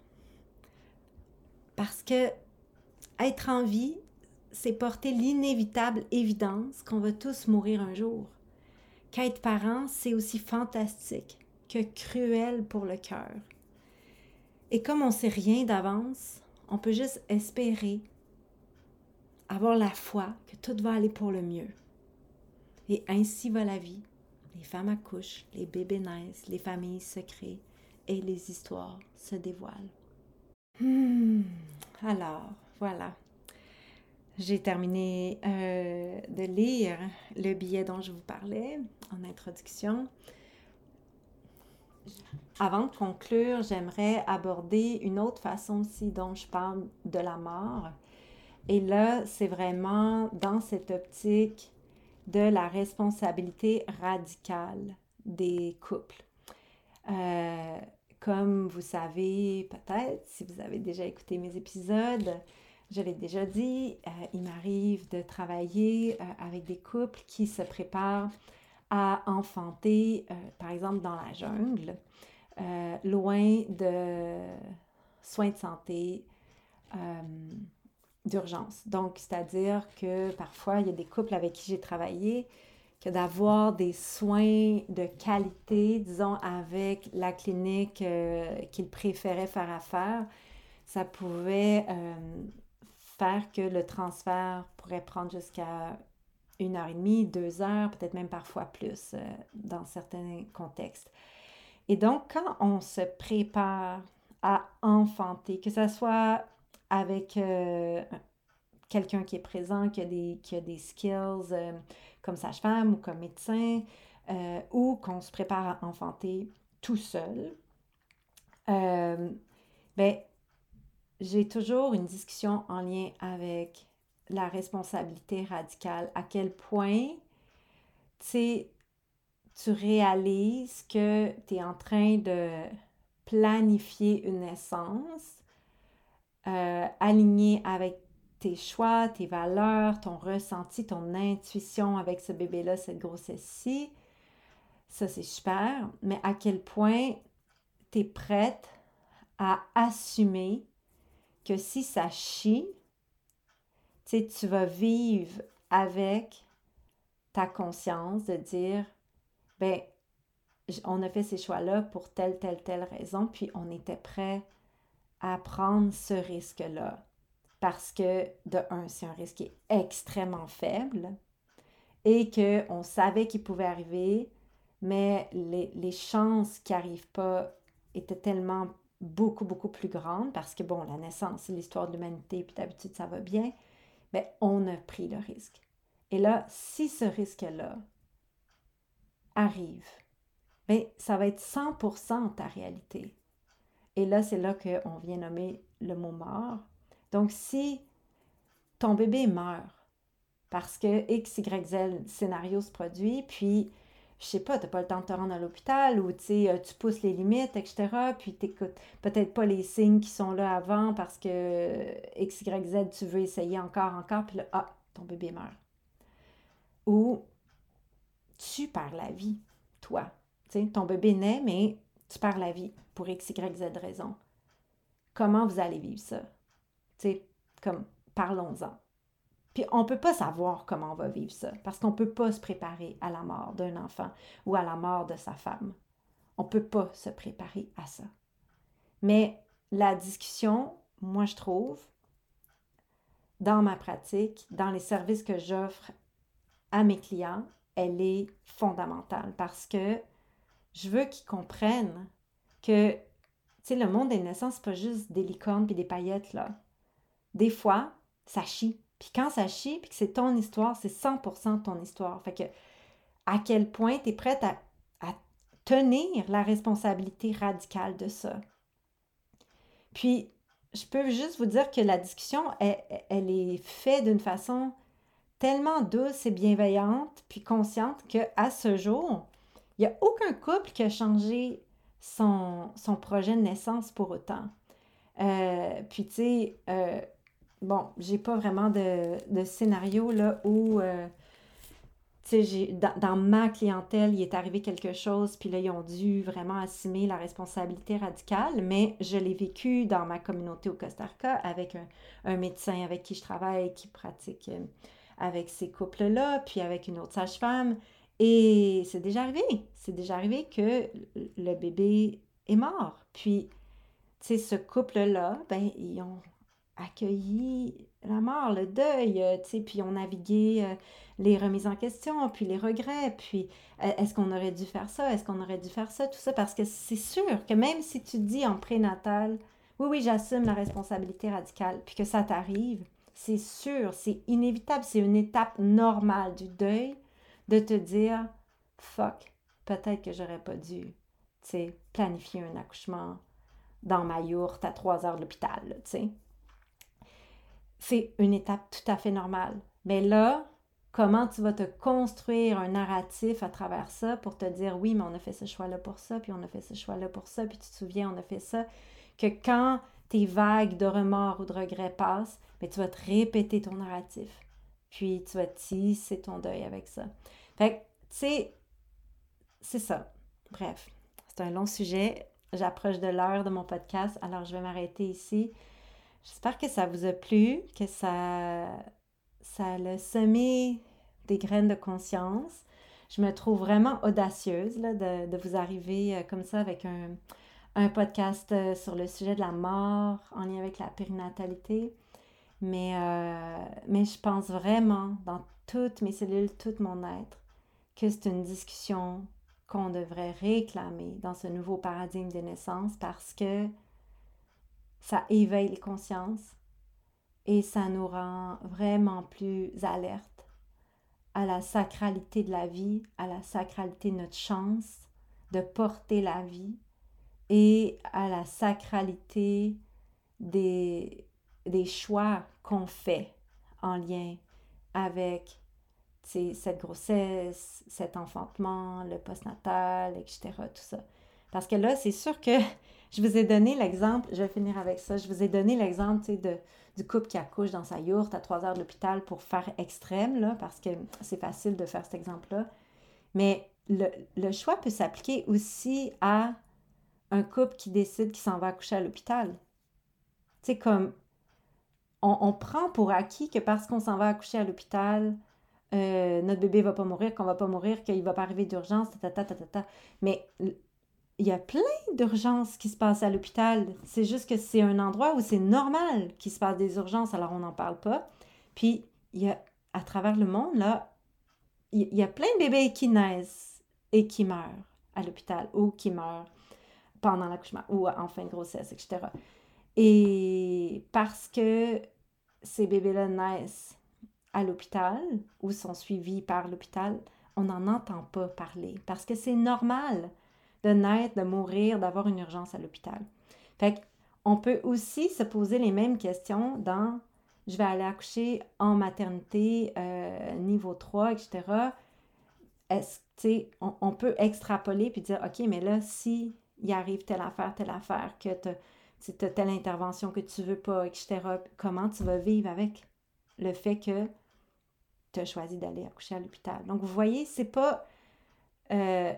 Parce que être en vie, c'est porter l'inévitable évidence qu'on va tous mourir un jour. Qu'être parent, c'est aussi fantastique que cruel pour le cœur. Et comme on ne sait rien d'avance, on peut juste espérer, avoir la foi que tout va aller pour le mieux. Et ainsi va la vie. Les femmes accouchent, les bébés naissent, les familles se créent et les histoires se dévoilent. Hmm. Alors, voilà. J'ai terminé euh, de lire le billet dont je vous parlais en introduction. Avant de conclure, j'aimerais aborder une autre façon aussi dont je parle de la mort. Et là, c'est vraiment dans cette optique de la responsabilité radicale des couples. Euh, comme vous savez peut-être, si vous avez déjà écouté mes épisodes, je l'ai déjà dit, euh, il m'arrive de travailler euh, avec des couples qui se préparent à enfanter, euh, par exemple dans la jungle, euh, loin de soins de santé euh, d'urgence. Donc, c'est-à-dire que parfois, il y a des couples avec qui j'ai travaillé que d'avoir des soins de qualité, disons, avec la clinique euh, qu'ils préféraient faire affaire, ça pouvait euh, faire que le transfert pourrait prendre jusqu'à une heure et demie, deux heures, peut-être même parfois plus euh, dans certains contextes. Et donc, quand on se prépare à enfanter, que ce soit avec euh, quelqu'un qui est présent, qui a des, qui a des skills euh, comme sage-femme ou comme médecin, euh, ou qu'on se prépare à enfanter tout seul, euh, ben, j'ai toujours une discussion en lien avec la responsabilité radicale, à quel point, tu sais, tu réalises que tu es en train de planifier une naissance euh, alignée avec tes choix, tes valeurs, ton ressenti, ton intuition avec ce bébé-là, cette grossesse-ci. Ça, c'est super. Mais à quel point tu es prête à assumer que si ça chie, tu sais, tu vas vivre avec ta conscience de dire, ben, on a fait ces choix-là pour telle, telle, telle raison, puis on était prêt à prendre ce risque-là. Parce que, de un, c'est un risque qui est extrêmement faible et qu'on savait qu'il pouvait arriver, mais les, les chances qu'il n'arrive pas étaient tellement beaucoup, beaucoup plus grandes parce que, bon, la naissance, c'est l'histoire de l'humanité, puis d'habitude, ça va bien, mais on a pris le risque. Et là, si ce risque-là arrive, bien, ça va être cent pour cent ta réalité. Et là, c'est là qu'on vient nommer le mot mort. Donc, si ton bébé meurt parce que X, Y, Z scénario se produit, puis, je sais pas, tu n'as pas le temps de te rendre à l'hôpital ou tu pousses les limites, et cetera, puis tu n'écoutes peut-être pas les signes qui sont là avant parce que X, Y, Z, tu veux essayer encore, encore, puis là, ah, ton bébé meurt. Ou tu perds la vie, toi. T'sais, ton bébé naît, mais tu perds la vie pour X, Y, Z raison. Comment vous allez vivre ça? T'sais, comme, parlons-en. Puis on ne peut pas savoir comment on va vivre ça, parce qu'on ne peut pas se préparer à la mort d'un enfant ou à la mort de sa femme. On ne peut pas se préparer à ça. Mais la discussion, moi je trouve, dans ma pratique, dans les services que j'offre à mes clients, elle est fondamentale parce que je veux qu'ils comprennent que, tu sais, le monde des naissances, c'est pas juste des licornes puis des paillettes, là. Des fois, ça chie. Puis quand ça chie, puis que c'est ton histoire, c'est cent pour cent ton histoire. Fait que, à quel point tu es prête à, à tenir la responsabilité radicale de ça. Puis, je peux juste vous dire que la discussion, elle, elle est faite d'une façon tellement douce et bienveillante, puis consciente qu'à ce jour, il n'y a aucun couple qui a changé son, son projet de naissance pour autant. Euh, puis, tu sais, euh, bon, j'ai pas vraiment de, de scénario là où, euh, tu sais, j'ai, dans, dans ma clientèle, il est arrivé quelque chose, puis là, ils ont dû vraiment assumer la responsabilité radicale, mais je l'ai vécu dans ma communauté au Costa Rica avec un, un médecin avec qui je travaille, qui pratique euh, avec ces couples-là, puis avec une autre sage-femme. Et c'est déjà arrivé. C'est déjà arrivé que le bébé est mort. Puis, tu sais, ce couple-là, ben, ils ont accueilli la mort, le deuil, euh, tu sais, puis ils ont navigué euh, les remises en question, puis les regrets, puis euh, est-ce qu'on aurait dû faire ça, est-ce qu'on aurait dû faire ça, tout ça, parce que c'est sûr que même si tu dis en prénatal, oui, oui, j'assume la responsabilité radicale, puis que ça t'arrive, c'est sûr, c'est inévitable, c'est une étape normale du deuil de te dire, fuck, peut-être que j'aurais pas dû, tu sais, planifier un accouchement dans ma yourte à trois heures de l'hôpital, tu sais. C'est une étape tout à fait normale. Mais là, comment tu vas te construire un narratif à travers ça pour te dire, oui, mais on a fait ce choix-là pour ça, puis on a fait ce choix-là pour ça, puis tu te souviens, on a fait ça, que quand tes vagues de remords ou de regrets passent, mais tu vas te répéter ton narratif. Puis tu vas tisser ton deuil avec ça. Fait que, tu sais, c'est ça. Bref, c'est un long sujet. J'approche de l'heure de mon podcast, alors je vais m'arrêter ici. J'espère que ça vous a plu, que ça, ça a semé des graines de conscience. Je me trouve vraiment audacieuse là, de, de vous arriver euh, comme ça avec un, un podcast euh, sur le sujet de la mort en lien avec la périnatalité. Mais, euh, mais je pense vraiment dans toutes mes cellules, tout mon être, que c'est une discussion qu'on devrait réclamer dans ce nouveau paradigme des naissances parce que ça éveille les consciences, et ça nous rend vraiment plus alertes à la sacralité de la vie, à la sacralité de notre chance de porter la vie et à la sacralité des, des choix qu'on fait en lien avec cette grossesse, cet enfantement, le postnatal, et cetera. Tout ça. Parce que là, c'est sûr que je vous ai donné l'exemple, je vais finir avec ça, je vous ai donné l'exemple de, du couple qui accouche dans sa yourte à trois heures de l'hôpital pour faire extrême, là, parce que c'est facile de faire cet exemple-là. Mais le, le choix peut s'appliquer aussi à un couple qui décide qu'il s'en va accoucher à l'hôpital. Tu sais, comme on, on prend pour acquis que parce qu'on s'en va accoucher à l'hôpital, euh, notre bébé va pas mourir, qu'on va pas mourir, qu'il va pas arriver d'urgence, ta, ta, ta, ta, ta. Mais il y a plein d'urgences qui se passent à l'hôpital. C'est juste que c'est un endroit où c'est normal qu'il se passe des urgences, alors on n'en parle pas. Puis, il y a, à travers le monde, là, il y a plein de bébés qui naissent et qui meurent à l'hôpital ou qui meurent pendant l'accouchement ou en fin de grossesse, et cetera. Et parce que ces bébés-là naissent à l'hôpital ou sont suivis par l'hôpital, on n'en entend pas parler parce que c'est normal de naître, de mourir, d'avoir une urgence à l'hôpital. Fait qu'on peut aussi se poser les mêmes questions dans « je vais aller accoucher en maternité euh, niveau trois, et cetera » Est-ce que, on, on peut extrapoler puis dire « OK, mais là, si il arrive telle affaire, telle affaire, que tu as telle intervention que tu veux pas, et cetera, comment tu vas vivre avec le fait que tu as choisi d'aller accoucher à l'hôpital. » Donc, vous voyez, c'est pas... Euh,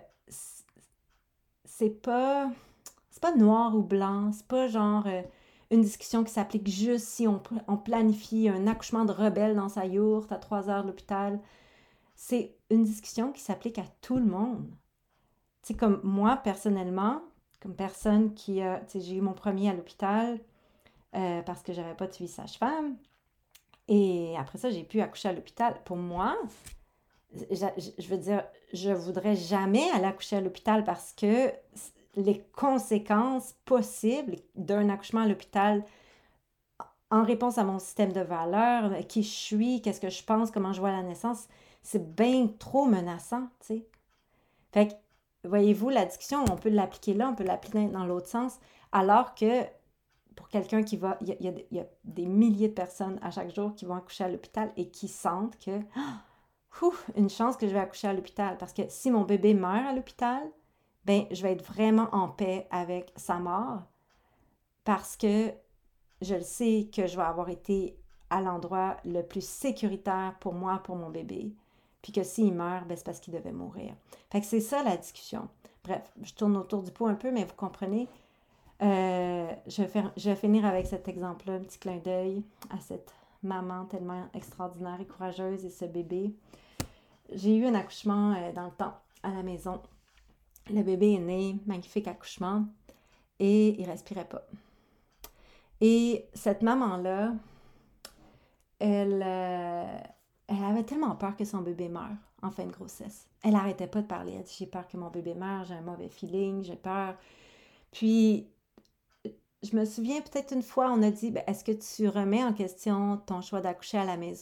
c'est pas... C'est pas noir ou blanc. C'est pas genre euh, une discussion qui s'applique juste si on, on planifie un accouchement de rebelle dans sa yourte à trois heures de l'hôpital. C'est une discussion qui s'applique à tout le monde. Tu sais, comme moi, personnellement, comme personne qui a... Tu sais, j'ai eu mon premier à l'hôpital euh, parce que j'avais pas de suivi sage-femme. Et après ça, j'ai pu accoucher à l'hôpital. Pour moi, je, je veux dire, je voudrais jamais aller accoucher à l'hôpital parce que les conséquences possibles d'un accouchement à l'hôpital en réponse à mon système de valeurs, qui je suis, qu'est-ce que je pense, comment je vois la naissance, c'est bien trop menaçant, tu sais. Fait que, voyez-vous, la discussion, on peut l'appliquer là, on peut l'appliquer dans l'autre sens, alors que pour quelqu'un qui va... Il y a, il y a, il y a des milliers de personnes à chaque jour qui vont accoucher à l'hôpital et qui sentent que... Oh, ouf, une chance que je vais accoucher à l'hôpital. Parce que si mon bébé meurt à l'hôpital, ben je vais être vraiment en paix avec sa mort. Parce que je le sais que je vais avoir été à l'endroit le plus sécuritaire pour moi, pour mon bébé. Puis que s'il meurt, ben c'est parce qu'il devait mourir. Fait que c'est ça la discussion. Bref, je tourne autour du pot un peu, mais vous comprenez... Euh, je, vais faire, je vais finir avec cet exemple-là, un petit clin d'œil à cette maman tellement extraordinaire et courageuse et ce bébé. J'ai eu un accouchement euh, dans le temps à la maison. Le bébé est né, magnifique accouchement, et il respirait pas. Et cette maman-là, elle, euh, elle avait tellement peur que son bébé meure en fin de grossesse. Elle n'arrêtait pas de parler. Elle dit « j'ai peur que mon bébé meure, j'ai un mauvais feeling, j'ai peur. » Puis, je me souviens peut-être une fois, on a dit ben, « est-ce que tu remets en question ton choix d'accoucher à la maison? »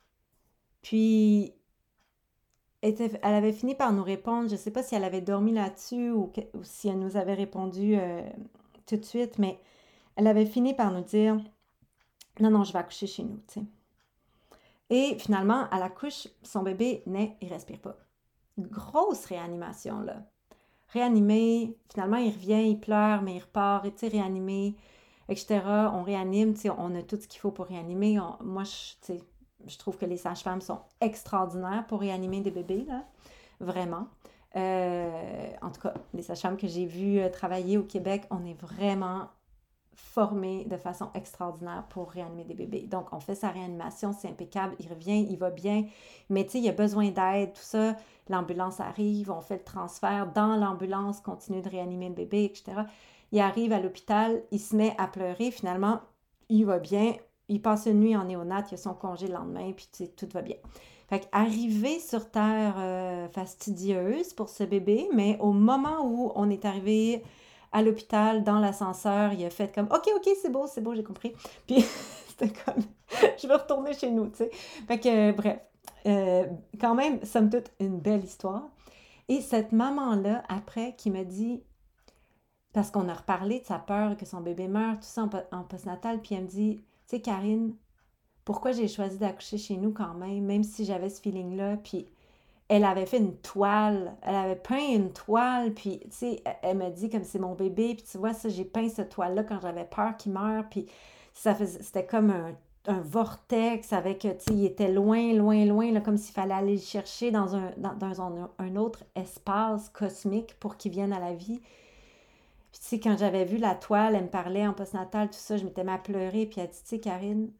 Puis, elle avait fini par nous répondre, je ne sais pas si elle avait dormi là-dessus ou, que, ou si elle nous avait répondu euh, tout de suite, mais elle avait fini par nous dire « non, non, je vais accoucher chez nous. » tu sais. Et finalement, à la couche, son bébé naît, il ne respire pas. Grosse réanimation, là. Réanimé, finalement, il revient, il pleure, mais il repart, et tu sais, réanimé, et cetera. On réanime, tu sais, on a tout ce qu'il faut pour réanimer. On, moi, je, tu sais, je trouve que les sages-femmes sont extraordinaires pour réanimer des bébés, là, vraiment. Euh, en tout cas, les sages-femmes que j'ai vues travailler au Québec, on est vraiment formés de façon extraordinaire pour réanimer des bébés. Donc, on fait sa réanimation, c'est impeccable, il revient, il va bien, mais tu sais, il a besoin d'aide, tout ça, l'ambulance arrive, on fait le transfert dans l'ambulance, continue de réanimer le bébé, et cetera. Il arrive à l'hôpital, il se met à pleurer, finalement, il va bien, il passe une nuit en néonat, il a son congé le lendemain, puis tu sais, tout va bien. Fait qu'arriver sur Terre euh, fastidieuse pour ce bébé, mais au moment où on est arrivé à l'hôpital, dans l'ascenseur, il a fait comme « OK, OK, c'est beau, c'est beau, j'ai compris. » Puis C'était comme, je veux retourner chez nous, tu sais. Fait que, bref, euh, quand même, somme toute, une belle histoire. Et cette maman-là, après, qui me dit, parce qu'on a reparlé de sa peur que son bébé meure, tout ça en, en postnatal, puis elle me dit, tu sais, Karine, pourquoi j'ai choisi d'accoucher chez nous quand même, même si j'avais ce feeling-là, puis elle avait fait une toile, elle avait peint une toile, puis tu sais, elle me dit comme c'est mon bébé, puis tu vois, ça, j'ai peint cette toile-là quand j'avais peur qu'il meure, puis ça faisait, c'était comme un, un vortex avec, tu sais, il était loin, loin, loin, là, comme s'il fallait aller le chercher dans un, dans, dans un, un autre espace cosmique pour qu'il vienne à la vie. Puis tu sais, quand j'avais vu la toile, elle me parlait en postnatal, tout ça, je m'étais mis à pleurer, puis elle dit, tu sais, Karine,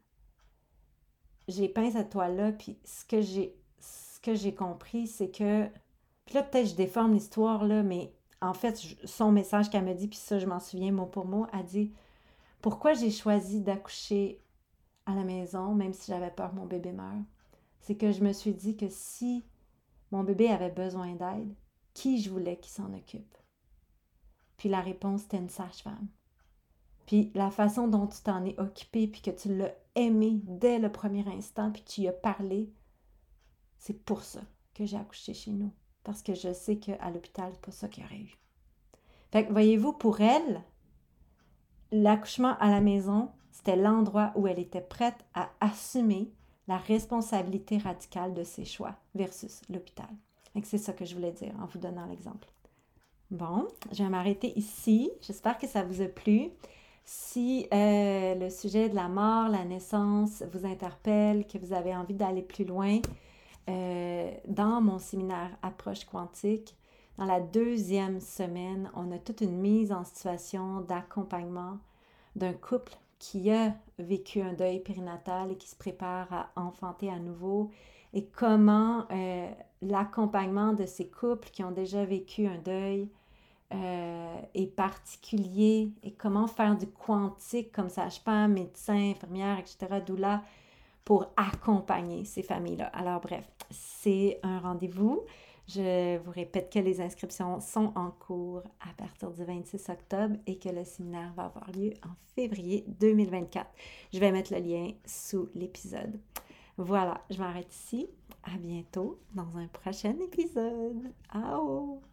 j'ai peint cette toile-là, puis ce que j'ai ce que j'ai compris, c'est que... Puis là, peut-être je déforme l'histoire, là, mais en fait, je- son message qu'elle me dit, puis ça, je m'en souviens mot pour mot, elle dit, pourquoi j'ai choisi d'accoucher à la maison, même si j'avais peur que mon bébé meure? C'est que je me suis dit que si mon bébé avait besoin d'aide, qui je voulais qu'il s'en occupe? Puis la réponse, c'était une sage-femme. Puis la façon dont tu t'en es occupé, puis que tu l'as aimé dès le premier instant, puis tu y as parlé, c'est pour ça que j'ai accouché chez nous. Parce que je sais qu'à l'hôpital, c'est pas ça qu'il y aurait eu. Fait que voyez-vous, pour elle, l'accouchement à la maison, c'était l'endroit où elle était prête à assumer la responsabilité radicale de ses choix versus l'hôpital. Fait que c'est ça que je voulais dire en vous donnant l'exemple. Bon, je vais m'arrêter ici. J'espère que ça vous a plu. Si euh, le sujet de la mort, la naissance vous interpelle, que vous avez envie d'aller plus loin, euh, dans mon séminaire Approche quantique, dans la deuxième semaine, on a toute une mise en situation d'accompagnement d'un couple qui a vécu un deuil périnatal et qui se prépare à enfanter à nouveau, et comment euh, l'accompagnement de ces couples qui ont déjà vécu un deuil euh, est particulier, et comment faire du quantique comme sage-femme, médecin, infirmière, et cetera, doula, pour accompagner ces familles-là. Alors bref, c'est un rendez-vous. Je vous répète que les inscriptions sont en cours à partir du vingt-six octobre et que le séminaire va avoir lieu en février deux mille vingt-quatre. Je vais mettre le lien sous l'épisode. Voilà, je m'arrête ici. À bientôt dans un prochain épisode. Ciao!